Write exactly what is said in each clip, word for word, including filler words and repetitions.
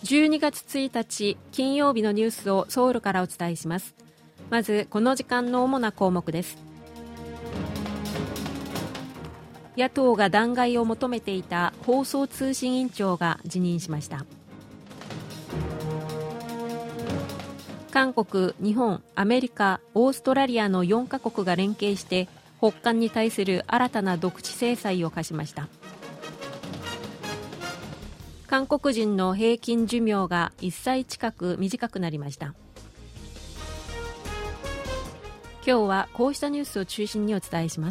じゅうにがつついたち金曜日のニュースをソウルからお伝えします。まずこの時間の主な項目です。野党が弾劾を求めていた放送通信委員長が辞任しました。韓国、日本、アメリカ、オーストラリアのよんカ国が連携して北韓に対する新たな独自制裁を課しました。韓国人の平均寿命がいっさい近く短くなりました。今日はこうしたニュースを中心にお伝えします。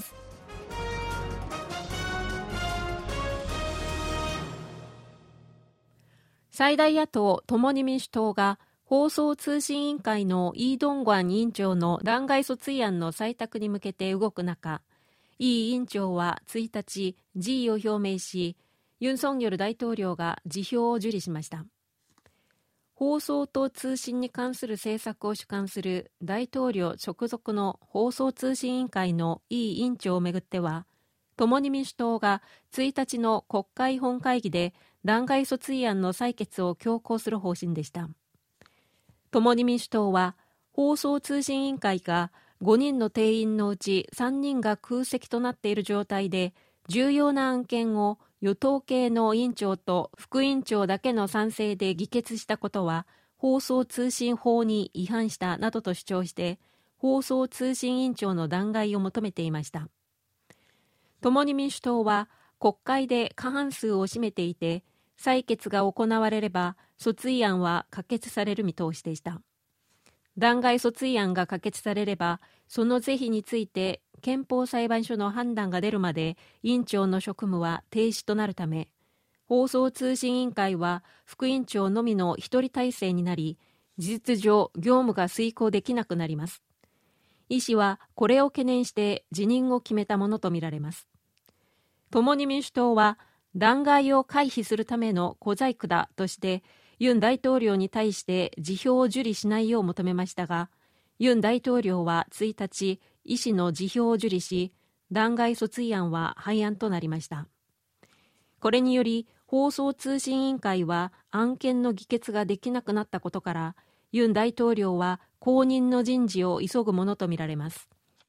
最大野党共に民主党が放送通信委員会のイ・ドングァン委員長の弾劾訴追案の採択に向けて動く中、イ委員長はついたち辞意を表明し、ユン・ソンニョル大統領が辞表を受理しました。放送と通信に関する政策を主管する大統領直属の放送通信委員会のイ委員長をめぐっては、共に民主党がついたちの国会本会議で弾劾訴追案の採決を強行する方針でした。共に民主党は放送通信委員会がごにんの定員のうちさんにんが空席となっている状態で、重要な案件を与党系の委員長と副委員長だけの賛成で議決したことは放送通信法に違反したなどと主張して、放送通信委員長の弾劾を求めていました。共に民主党は国会で過半数を占めていて、採決が行われれば訴追案は可決される見通しでした。弾劾訴追案が可決されれば、その是非について憲法裁判所の判断が出るまで委員長の職務は停止となるため、放送通信委員会は副委員長のみの一人体制になり、事実上業務が遂行できなくなります。イ氏はこれを懸念して辞任を決めたものとみられます。共に民主党は弾劾を回避するための小細工だとしてユン大統領に対して辞表を受理しないよう求めましたが、ユン大統領はついたちイ氏の辞表を受理し、弾劾訴追案は廃案となりました。これにより放送通信委員会は案件の議決ができなくなったことから、ユン大統領は後任の人事を急ぐものとみられます。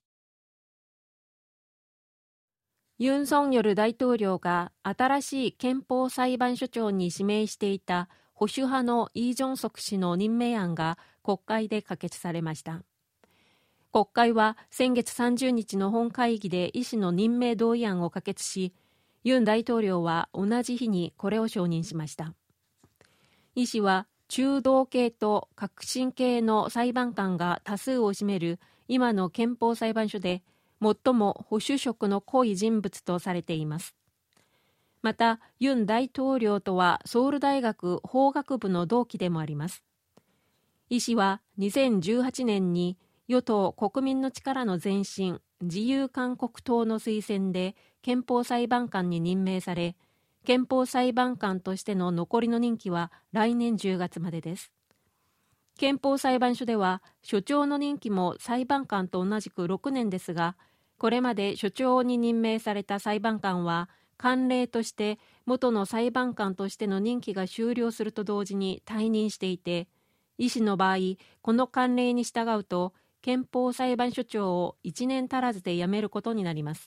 ユン・ソンニョル大統領が新しい憲法裁判所長に指名していた保守派のイ・ジョンソク氏の任命案が国会で可決されました。国会は先月さんじゅうにちの本会議でイ氏の任命同意案を可決し、ユン大統領は同じ日にこれを承認しました。イ氏は中道系と革新系の裁判官が多数を占める今の憲法裁判所で最も保守色の濃い人物とされています。またユン大統領とはソウル大学法学部の同期でもあります。イ氏はにせんじゅうはちねんに与党国民の力の前身自由韓国党の推薦で憲法裁判官に任命され、憲法裁判官としての残りの任期は来年じゅうがつまでです。憲法裁判所では所長の任期も裁判官と同じくろくねんですが、これまで所長に任命された裁判官は慣例として元の裁判官としての任期が終了すると同時に退任していて、イ氏の場合この慣例に従うと憲法裁判所長をいちねん足らずで辞めることになります。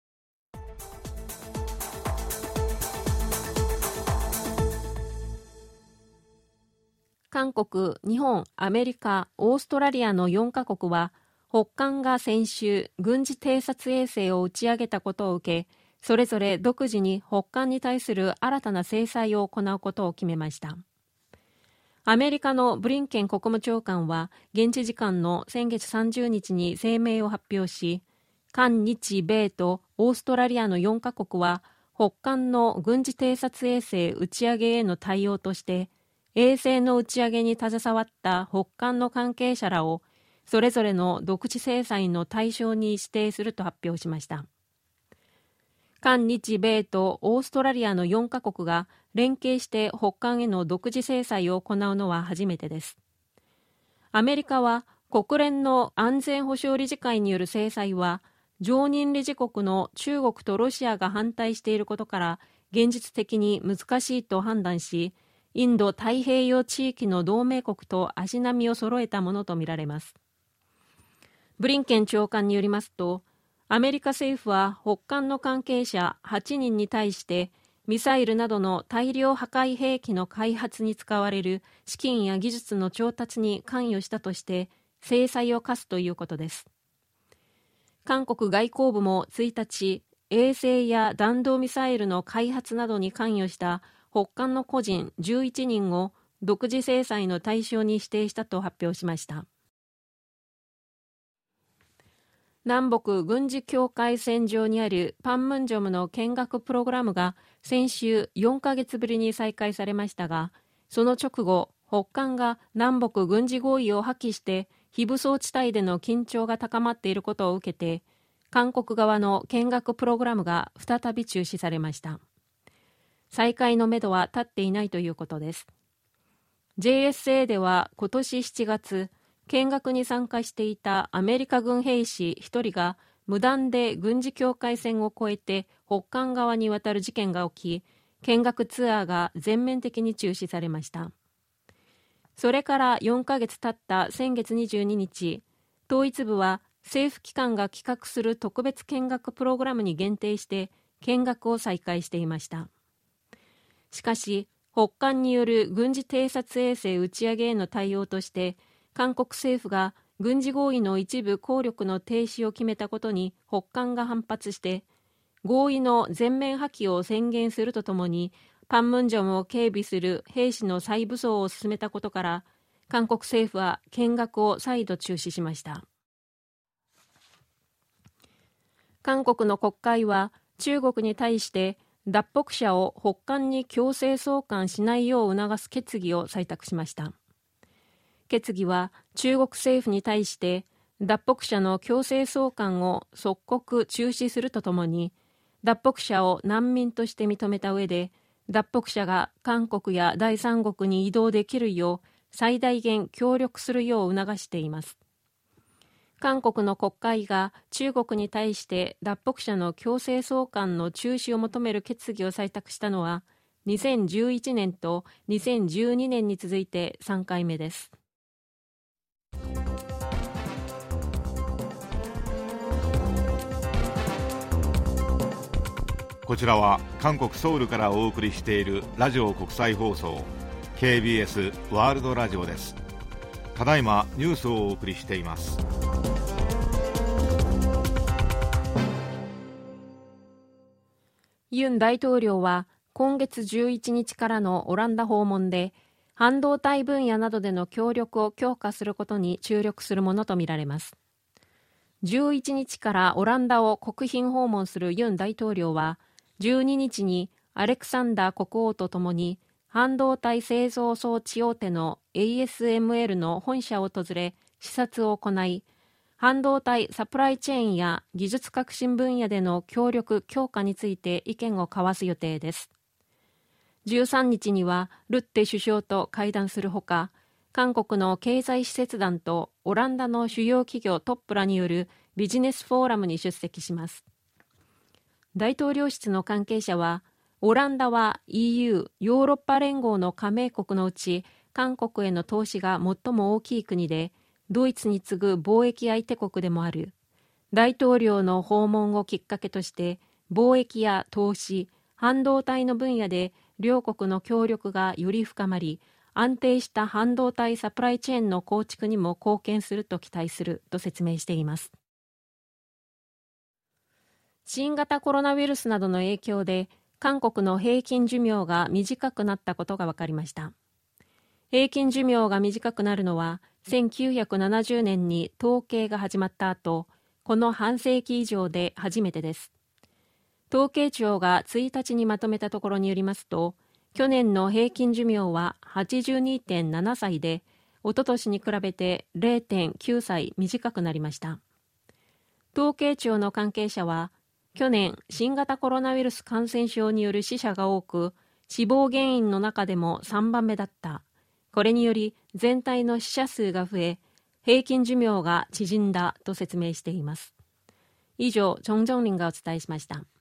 韓国、日本、アメリカ、オーストラリアのよんカ国は北韓が先週軍事偵察衛星を打ち上げたことを受け、それぞれ独自に北韓に対する新たな制裁を行うことを決めました。アメリカのブリンケン国務長官は現地時間の先月さんじゅうにちに声明を発表し、韓日米とオーストラリアのよんカ国は北韓の軍事偵察衛星打ち上げへの対応として衛星の打ち上げに携わった北韓の関係者らをそれぞれの独自制裁の対象に指定すると発表しました。韓日米とオーストラリアのよんカ国が連携して北韓への独自制裁を行うのは初めてです。アメリカは国連の安全保障理事会による制裁は常任理事国の中国とロシアが反対していることから現実的に難しいと判断し、 インド太平洋地域の同盟国と足並みを揃えたものとみられます。ブリンケン長官によりますと、アメリカ政府は北韓の関係者はちにんに対してミサイルなどの大量破壊兵器の開発に使われる資金や技術の調達に関与したとして制裁を科すということです。韓国外交部もいちにち、衛星や弾道ミサイルの開発などに関与した北韓の個人じゅういちにんを独自制裁の対象に指定したと発表しました。南北軍事境界線上にあるパンムンジョムの見学プログラムが先週よんかげつぶりに再開されましたが、その直後、北韓が南北軍事合意を破棄して非武装地帯での緊張が高まっていることを受けて、韓国側の見学プログラムが再び中止されました。再開のめどは立っていないということです。ジェイエスエー では今年しちがつ、見学に参加していたアメリカ軍兵士ひとりが無断で軍事境界線を越えて北韓側に渡る事件が起き、見学ツアーが全面的に中止されました。それからよんかげつ経った先月にじゅうににち、統一部は政府機関が企画する特別見学プログラムに限定して見学を再開していました。しかし、北韓による軍事偵察衛星打ち上げへの対応として、韓国政府が軍事合意の一部効力の停止を決めたことに北韓が反発して、合意の全面破棄を宣言するとともに、パンムンジョムを警備する兵士の再武装を進めたことから、韓国政府は見学を再度中止しました。韓国の国会は中国に対して脱北者を北韓に強制送還しないよう促す決議を採択しました。決議は中国政府に対して脱北者の強制送還を即刻中止するとともに、脱北者を難民として認めた上で、脱北者が韓国や第三国に移動できるよう最大限協力するよう促しています。韓国の国会が中国に対して脱北者の強制送還の中止を求める決議を採択したのはにせんじゅういちねんとにせんじゅうにねんに続いてさんかいめです。 こちらは韓国ソウルからお送りしているラジオ国際放送 ケービーエス ワールドラジオです。ただいまニュースをお送りしています。 ユン大統領は今月じゅういちにちからのオランダ訪問で、半導体分野などでの協力を強化することに注力するものとみられます。じゅういちにちからオランダを国賓訪問するユン大統領は、じゅうににちにアレクサンダー国王とともに半導体製造装置大手の エーエスエムエル の本社を訪れ視察を行い、半導体サプライチェーンや技術革新分野での協力強化について意見を交わす予定です。じゅうさんにちにはルッテ首相と会談するほか、韓国の経済使節団とオランダの主要企業トップらによるビジネスフォーラムに出席します。大統領室の関係者は、オランダは イーユー、ヨーロッパ連合の加盟国のうち韓国への投資が最も大きい国で、ドイツに次ぐ貿易相手国でもある。大統領の訪問をきっかけとして、貿易や投資、半導体の分野で両国の協力がより深まり、安定した半導体サプライチェーンの構築にも貢献すると期待すると説明しています。新型コロナウイルスなどの影響で韓国の平均寿命が短くなったことが分かりました。平均寿命が短くなるのはせんきゅうひゃくななじゅうねんに統計が始まった後、この半世紀以上で初めてです。統計庁がいちにちにまとめたところによりますと、去年の平均寿命は はちじゅうにてんななさいで、おととしに比べて れいてんきゅうさい短くなりました。統計庁の関係者は、去年新型コロナウイルス感染症による死者が多く、死亡原因の中でもさんばんめだった。これにより全体の死者数が増え、平均寿命が縮んだと説明しています。以上、チョンジョンリンがお伝えしました。